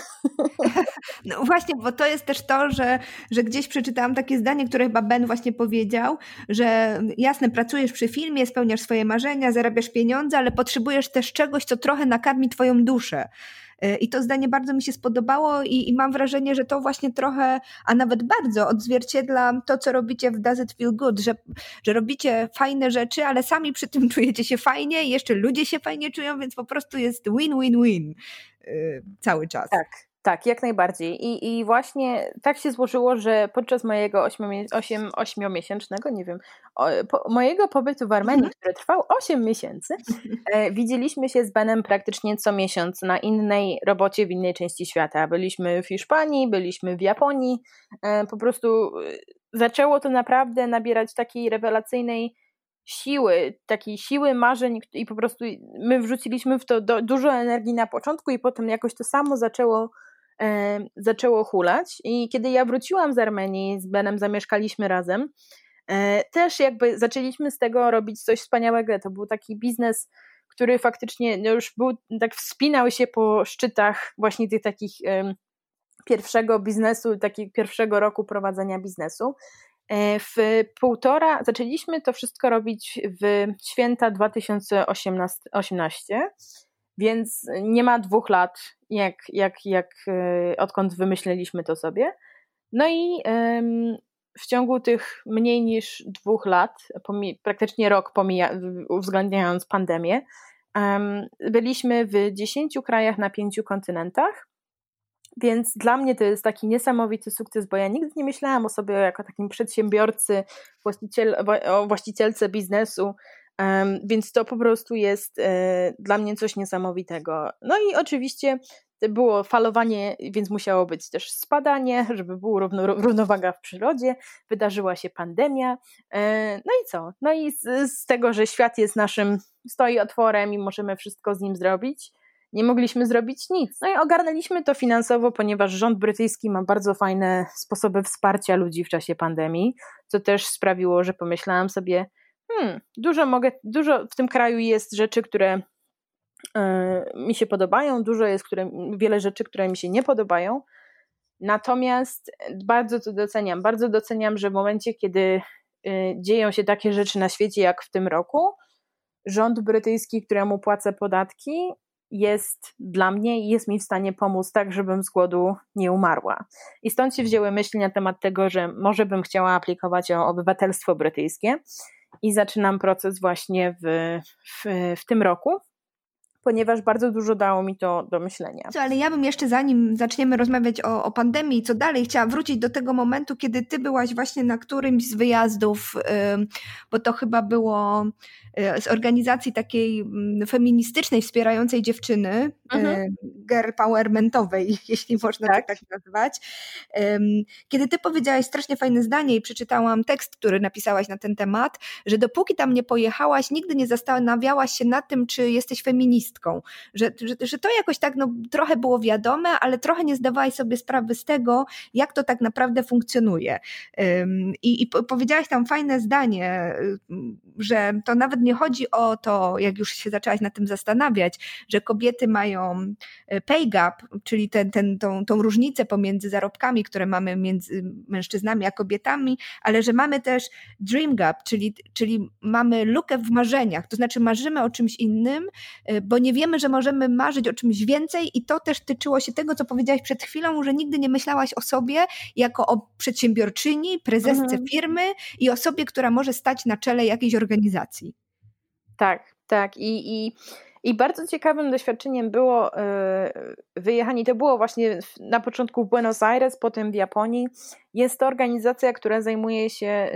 No właśnie, bo to jest też to, że, że gdzieś przeczytałam takie zdanie, które chyba Ben właśnie powiedział, że jasne, pracujesz przy filmie, spełniasz swoje marzenia, zarabiasz pieniądze, ale potrzebujesz też czegoś, co trochę nakarmi twoją duszę. I to zdanie bardzo mi się spodobało i, i mam wrażenie, że to właśnie trochę, a nawet bardzo odzwierciedla to, co robicie w Does It Feel Good, że, że robicie fajne rzeczy, ale sami przy tym czujecie się fajnie i jeszcze ludzie się fajnie czują, więc po prostu jest win-win-win yy, cały czas. Tak. Tak, jak najbardziej. I, I właśnie tak się złożyło, że podczas mojego ośmiomiesięcznego, nie wiem, o, po, mojego pobytu w Armenii, mhm. który trwał osiem miesięcy, e, widzieliśmy się z Benem praktycznie co miesiąc na innej robocie w innej części świata. Byliśmy w Hiszpanii, byliśmy w Japonii. E, po prostu zaczęło to naprawdę nabierać takiej rewelacyjnej siły, takiej siły marzeń i po prostu my wrzuciliśmy w to do, dużo energii na początku i potem jakoś to samo zaczęło e, zaczęło hulać i kiedy ja wróciłam z Armenii, z Benem zamieszkaliśmy razem, e, też jakby zaczęliśmy z tego robić coś wspaniałego. To był taki biznes, który faktycznie no już był, tak wspinał się po szczytach właśnie tych takich e, pierwszego biznesu, takiego pierwszego roku prowadzenia biznesu. W półtora, zaczęliśmy to wszystko robić w święta dwa tysiące osiemnaście, więc nie ma dwóch lat, jak, jak, jak odkąd wymyśleliśmy to sobie. No i um, w ciągu tych mniej niż dwóch lat, pomij, praktycznie rok pomija, uwzględniając pandemię, um, byliśmy w dziesięciu krajach na pięciu kontynentach. Więc dla mnie to jest taki niesamowity sukces, bo ja nigdy nie myślałam o sobie jako takim przedsiębiorcy, właściciel, o właścicielce biznesu, um, więc to po prostu jest e, dla mnie coś niesamowitego. No i oczywiście było falowanie, więc musiało być też spadanie, żeby była równo, równowaga w przyrodzie, wydarzyła się pandemia, e, no i co? No i z, z tego, że świat jest naszym, stoi otworem i możemy wszystko z nim zrobić, nie mogliśmy zrobić nic. No i ogarnęliśmy to finansowo, ponieważ rząd brytyjski ma bardzo fajne sposoby wsparcia ludzi w czasie pandemii, co też sprawiło, że pomyślałam sobie, hmm, dużo mogę, dużo w tym kraju jest rzeczy, które yy, mi się podobają, dużo jest które, wiele rzeczy, które mi się nie podobają, natomiast bardzo to doceniam, bardzo doceniam, że w momencie, kiedy yy, dzieją się takie rzeczy na świecie jak w tym roku, rząd brytyjski, któremu płacę podatki, jest dla mnie i jest mi w stanie pomóc tak, żebym z głodu nie umarła. I stąd się wzięły myśli na temat tego, że może bym chciała aplikować o obywatelstwo brytyjskie i zaczynam proces właśnie w, w, w tym roku, ponieważ bardzo dużo dało mi to do myślenia. Co, ale ja bym jeszcze zanim zaczniemy rozmawiać o, o pandemii i co dalej, chciała wrócić do tego momentu, kiedy ty byłaś właśnie na którymś z wyjazdów, yy, bo to chyba było yy, z organizacji takiej yy, feministycznej, wspierającej dziewczyny, mhm. yy, girl powermentowej, jeśli można tak. to tak nazwać. Yy, kiedy ty powiedziałaś strasznie fajne zdanie i przeczytałam tekst, który napisałaś na ten temat, że dopóki tam nie pojechałaś, nigdy nie zastanawiałaś się nad tym, czy jesteś feministką. Że, że, że to jakoś tak no, trochę było wiadome, ale trochę nie zdawałaś sobie sprawy z tego, jak to tak naprawdę funkcjonuje. Um, I i powiedziałaś tam fajne zdanie, że to nawet nie chodzi o to, jak już się zaczęłaś nad tym zastanawiać, że kobiety mają pay gap, czyli ten, ten, tą, tą różnicę pomiędzy zarobkami, które mamy między mężczyznami a kobietami, ale że mamy też dream gap, czyli, czyli mamy lukę w marzeniach, to znaczy marzymy o czymś innym, bo nie wiemy, że możemy marzyć o czymś więcej i to też tyczyło się tego, co powiedziałaś przed chwilą, że nigdy nie myślałaś o sobie jako o przedsiębiorczyni, prezesce mhm. firmy i osobie, która może stać na czele jakiejś organizacji. Tak, tak. I, i I bardzo ciekawym doświadczeniem było wyjechanie, to było właśnie na początku w Buenos Aires, potem w Japonii. Jest to organizacja, która zajmuje się,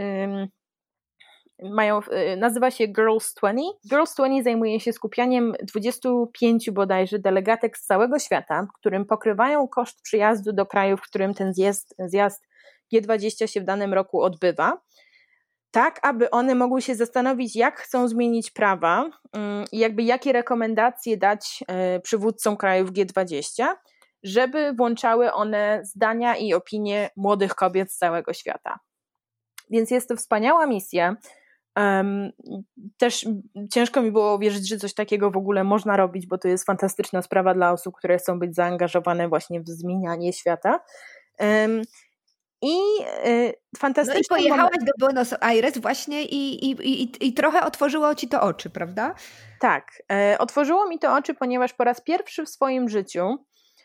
mają, nazywa się Girls dwadzieścia. Girls dwadzieścia zajmuje się skupianiem dwudziestu pięciu bodajże delegatek z całego świata, którym pokrywają koszt przyjazdu do kraju, w którym ten zjazd, zjazd G dwadzieścia się w danym roku odbywa, tak aby one mogły się zastanowić, jak chcą zmienić prawa i jakby jakie rekomendacje dać przywódcom krajów G dwadzieścia, żeby włączały one zdania i opinie młodych kobiet z całego świata. Więc jest to wspaniała misja. Um, też ciężko mi było uwierzyć, że coś takiego w ogóle można robić, bo to jest fantastyczna sprawa dla osób, które chcą być zaangażowane właśnie w zmienianie świata. Um, I y, fantastyczne. No i pojechałaś moment... do Buenos Aires właśnie i, i, i, i trochę otworzyło ci to oczy, prawda? Tak, y, otworzyło mi to oczy, ponieważ po raz pierwszy w swoim życiu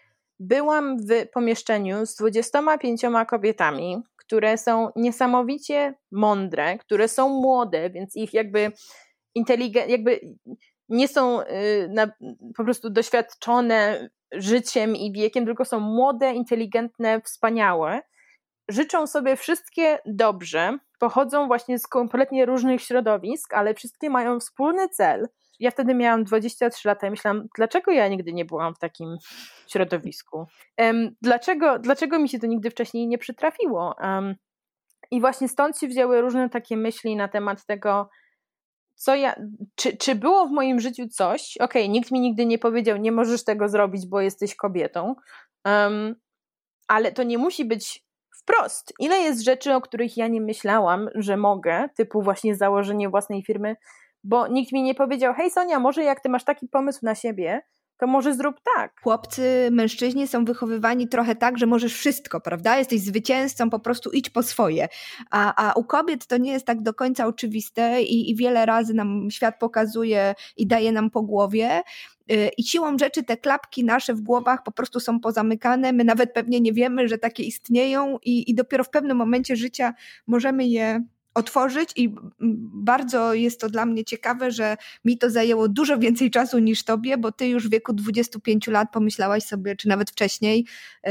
byłam w pomieszczeniu z dwudziestoma pięcioma kobietami, które są niesamowicie mądre, które są młode, więc ich jakby inteligen- jakby nie są y, na, po prostu doświadczone życiem i wiekiem, tylko są młode, inteligentne, wspaniałe. Życzą sobie wszystkie dobrze, pochodzą właśnie z kompletnie różnych środowisk, ale wszystkie mają wspólny cel. Ja wtedy miałam dwadzieścia trzy lata i myślałam, dlaczego ja nigdy nie byłam w takim środowisku? Um, dlaczego, dlaczego mi się to nigdy wcześniej nie przytrafiło? Um, I właśnie stąd się wzięły różne takie myśli na temat tego, co ja, czy, czy było w moim życiu coś, okej, okay, nikt mi nigdy nie powiedział, nie możesz tego zrobić, bo jesteś kobietą, um, ale to nie musi być wprost. Ile jest rzeczy, o których ja nie myślałam, że mogę, typu właśnie założenie własnej firmy, bo nikt mi nie powiedział, hej Sonia, może jak ty masz taki pomysł na siebie, to może zrób tak. Chłopcy, mężczyźni są wychowywani trochę tak, że możesz wszystko, prawda? Jesteś zwycięzcą, po prostu idź po swoje. A, a u kobiet to nie jest tak do końca oczywiste i, i wiele razy nam świat pokazuje i daje nam po głowie. I siłą rzeczy te klapki nasze w głowach po prostu są pozamykane, my nawet pewnie nie wiemy, że takie istnieją i, i dopiero w pewnym momencie życia możemy je otworzyć i bardzo jest to dla mnie ciekawe, że mi to zajęło dużo więcej czasu niż tobie, bo ty już w wieku dwudziestu pięciu lat pomyślałaś sobie, czy nawet wcześniej,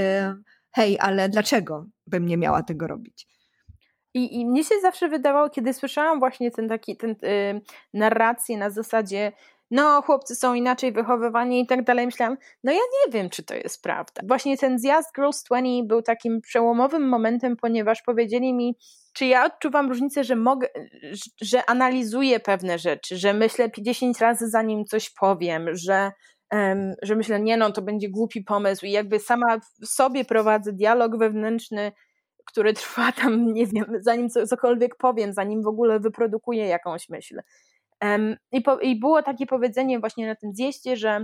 hej, ale dlaczego bym nie miała tego robić? I, i mnie się zawsze wydawało, kiedy słyszałam właśnie ten taki, ten, yy, narrację na zasadzie no chłopcy są inaczej wychowywani i tak dalej, myślałam, no ja nie wiem, czy to jest prawda. Właśnie ten zjazd Girls dwadzieścia był takim przełomowym momentem, ponieważ powiedzieli mi, czy ja odczuwam różnicę, że mogę, że analizuję pewne rzeczy, że myślę dziesięć razy zanim coś powiem, że, um, że myślę, nie no, to będzie głupi pomysł i jakby sama w sobie prowadzę dialog wewnętrzny, który trwa tam, nie wiem, zanim cokolwiek powiem, zanim w ogóle wyprodukuję jakąś myśl. Um, i, po, I było takie powiedzenie właśnie na tym zjeździe, że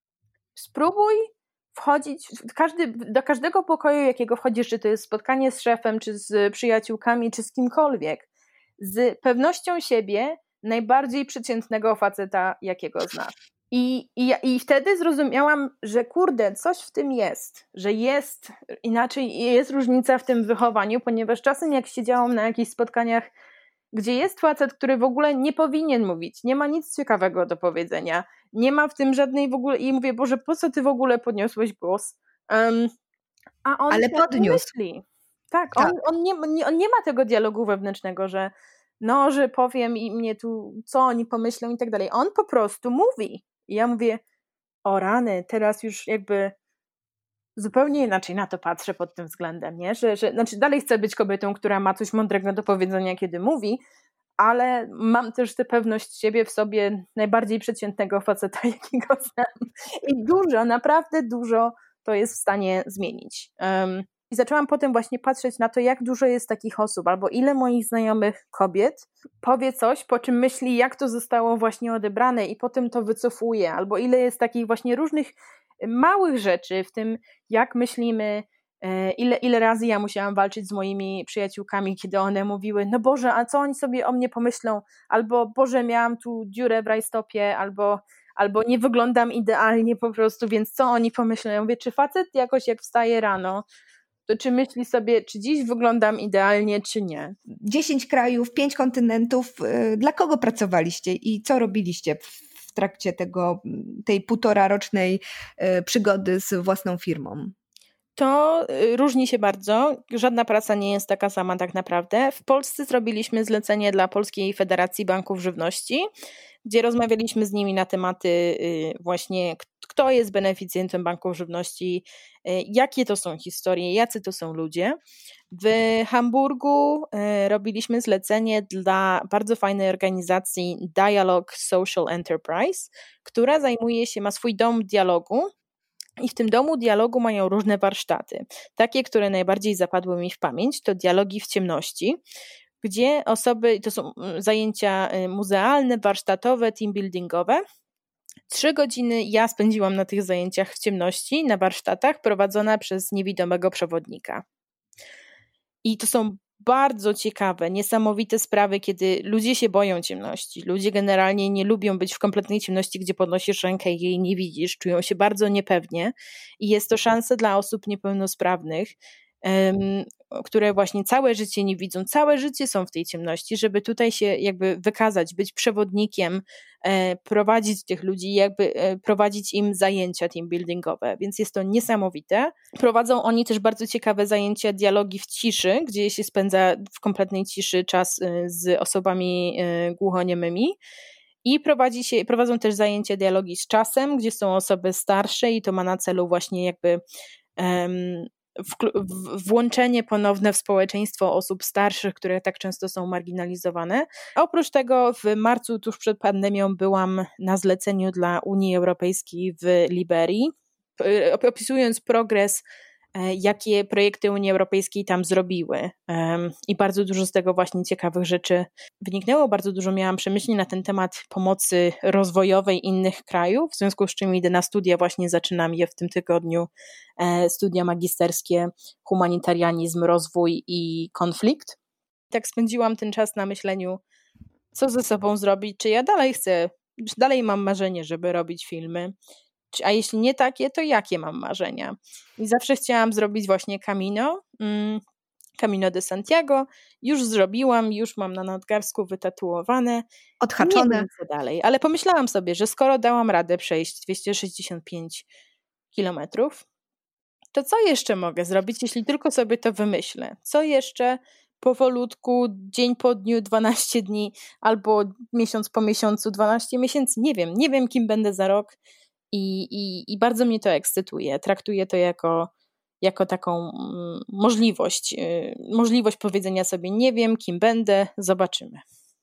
spróbuj wchodzić każdy, do każdego pokoju, jakiego wchodzisz, czy to jest spotkanie z szefem, czy z przyjaciółkami, czy z kimkolwiek, z pewnością siebie najbardziej przeciętnego faceta, jakiego znasz. I, i, I wtedy zrozumiałam, że kurde, coś w tym jest, że jest inaczej, jest różnica w tym wychowaniu, ponieważ czasem jak siedziałam na jakichś spotkaniach, gdzie jest facet, który w ogóle nie powinien mówić, nie ma nic ciekawego do powiedzenia, nie ma w tym żadnej w ogóle, i mówię, Boże, po co ty w ogóle podniosłeś głos? Um, a on Ale podniósł. Myśli. Tak, tak. On, on, nie, nie, on nie ma tego dialogu wewnętrznego, że no, że powiem i mnie tu, co oni pomyślą i tak dalej. On po prostu mówi. I ja mówię, o rany, teraz już jakby zupełnie inaczej na to patrzę pod tym względem, nie? Że, że, znaczy dalej chcę być kobietą, która ma coś mądrego do powiedzenia, kiedy mówi, ale mam też tę pewność siebie w sobie najbardziej przeciętnego faceta, jakiego znam. I dużo, naprawdę dużo to jest w stanie zmienić. Um, I zaczęłam potem właśnie patrzeć na to, jak dużo jest takich osób, albo ile moich znajomych kobiet powie coś, po czym myśli, jak to zostało właśnie odebrane i potem to wycofuje, albo ile jest takich właśnie różnych małych rzeczy w tym, jak myślimy, ile, ile razy ja musiałam walczyć z moimi przyjaciółkami, kiedy one mówiły, no Boże, a co oni sobie o mnie pomyślą, albo Boże, miałam tu dziurę w rajstopie, albo, albo nie wyglądam idealnie po prostu, więc co oni pomyślą? Ja mówię, czy facet jakoś jak wstaje rano, to czy myśli sobie, czy dziś wyglądam idealnie, czy nie? Dziesięć krajów, pięć kontynentów, dla kogo pracowaliście i co robiliście w w trakcie tego, tej półtora rocznej przygody z własną firmą? To różni się bardzo. Żadna praca nie jest taka sama tak naprawdę. W Polsce zrobiliśmy zlecenie dla Polskiej Federacji Banków Żywności, gdzie rozmawialiśmy z nimi na tematy właśnie kto jest beneficjentem banków żywności, jakie to są historie, jacy to są ludzie. W Hamburgu robiliśmy zlecenie dla bardzo fajnej organizacji Dialog Social Enterprise, która zajmuje się, ma swój dom dialogu. I w tym domu dialogu mają różne warsztaty. Takie, które najbardziej zapadły mi w pamięć, to dialogi w ciemności, gdzie osoby, to są zajęcia muzealne, warsztatowe, teambuildingowe. Trzy godziny ja spędziłam na tych zajęciach w ciemności, na warsztatach, prowadzona przez niewidomego przewodnika. I to są bardzo ciekawe, niesamowite sprawy, kiedy ludzie się boją ciemności. Ludzie generalnie nie lubią być w kompletnej ciemności, gdzie podnosisz rękę i jej nie widzisz, czują się bardzo niepewnie i jest to szansa dla osób niepełnosprawnych, um, które właśnie całe życie nie widzą, całe życie są w tej ciemności, żeby tutaj się jakby wykazać, być przewodnikiem, e, prowadzić tych ludzi, jakby e, prowadzić im zajęcia teambuildingowe, więc jest to niesamowite. Prowadzą oni też bardzo ciekawe zajęcia dialogi w ciszy, gdzie się spędza w kompletnej ciszy czas e, z osobami e, głuchoniemymi. I prowadzi się, prowadzą też zajęcia dialogi z czasem, gdzie są osoby starsze i to ma na celu właśnie jakby um, włączenie ponowne w społeczeństwo osób starszych, które tak często są marginalizowane. A oprócz tego w marcu tuż przed pandemią byłam na zleceniu dla Unii Europejskiej w Liberii, opisując progres, jakie projekty Unii Europejskiej tam zrobiły. I bardzo dużo z tego właśnie ciekawych rzeczy wyniknęło. Bardzo dużo miałam przemyśleń na ten temat pomocy rozwojowej innych krajów, w związku z czym idę na studia, właśnie zaczynam je w tym tygodniu, studia magisterskie humanitarianizm, rozwój i konflikt. Tak spędziłam ten czas na myśleniu, co ze sobą zrobić, czy ja dalej chcę, czy dalej mam marzenie, żeby robić filmy, a jeśli nie takie, to jakie mam marzenia? I zawsze chciałam zrobić właśnie Camino, Camino de Santiago. Już zrobiłam, już mam na nadgarstku wytatuowane. Odhaczone. Nie wiem, co dalej, ale pomyślałam sobie, że skoro dałam radę przejść dwieście sześćdziesiąt pięć kilometrów, to co jeszcze mogę zrobić, jeśli tylko sobie to wymyślę? Co jeszcze powolutku, dzień po dniu, dwanaście dni, albo miesiąc po miesiącu, dwanaście miesięcy? Nie wiem, nie wiem, kim będę za rok. I, i, i bardzo mnie to ekscytuje. Traktuję to jako, jako taką mm, możliwość, yy, możliwość powiedzenia sobie, nie wiem, kim będę, zobaczymy.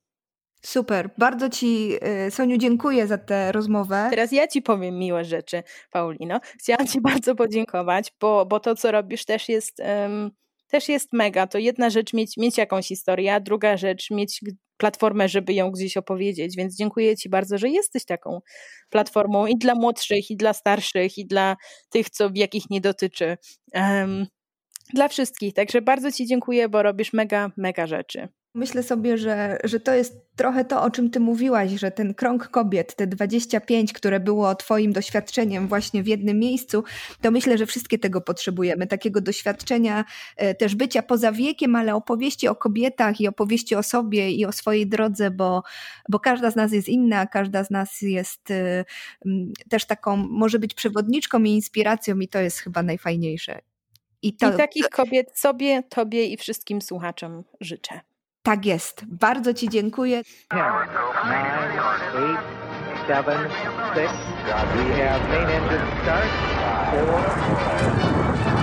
Super. Bardzo Ci, Soniu, dziękuję za tę rozmowę. Teraz ja Ci powiem miłe rzeczy, Paulino. Chciałam Ci bardzo podziękować, bo, bo to, co robisz, też jest, um, też jest mega. To jedna rzecz mieć, mieć jakąś historię, a druga rzecz mieć platformę, żeby ją gdzieś opowiedzieć, więc dziękuję Ci bardzo, że jesteś taką platformą i dla młodszych, i dla starszych, i dla tych, co w jakich nie dotyczy. Um, dla wszystkich. Także bardzo Ci dziękuję, bo robisz mega, mega rzeczy. Myślę sobie, że, że to jest trochę to, o czym Ty mówiłaś, że ten krąg kobiet, te dwadzieścia pięć, które było Twoim doświadczeniem właśnie w jednym miejscu, to myślę, że wszystkie tego potrzebujemy. Takiego doświadczenia też bycia poza wiekiem, ale opowieści o kobietach i opowieści o sobie i o swojej drodze, bo, bo każda z nas jest inna, każda z nas jest też taką, może być przewodniczką i inspiracją i to jest chyba najfajniejsze. I, to... I takich kobiet sobie, Tobie i wszystkim słuchaczom życzę. Tak jest. Bardzo Ci dziękuję. ten, nine, eight, seven, six. We have main engine start. four,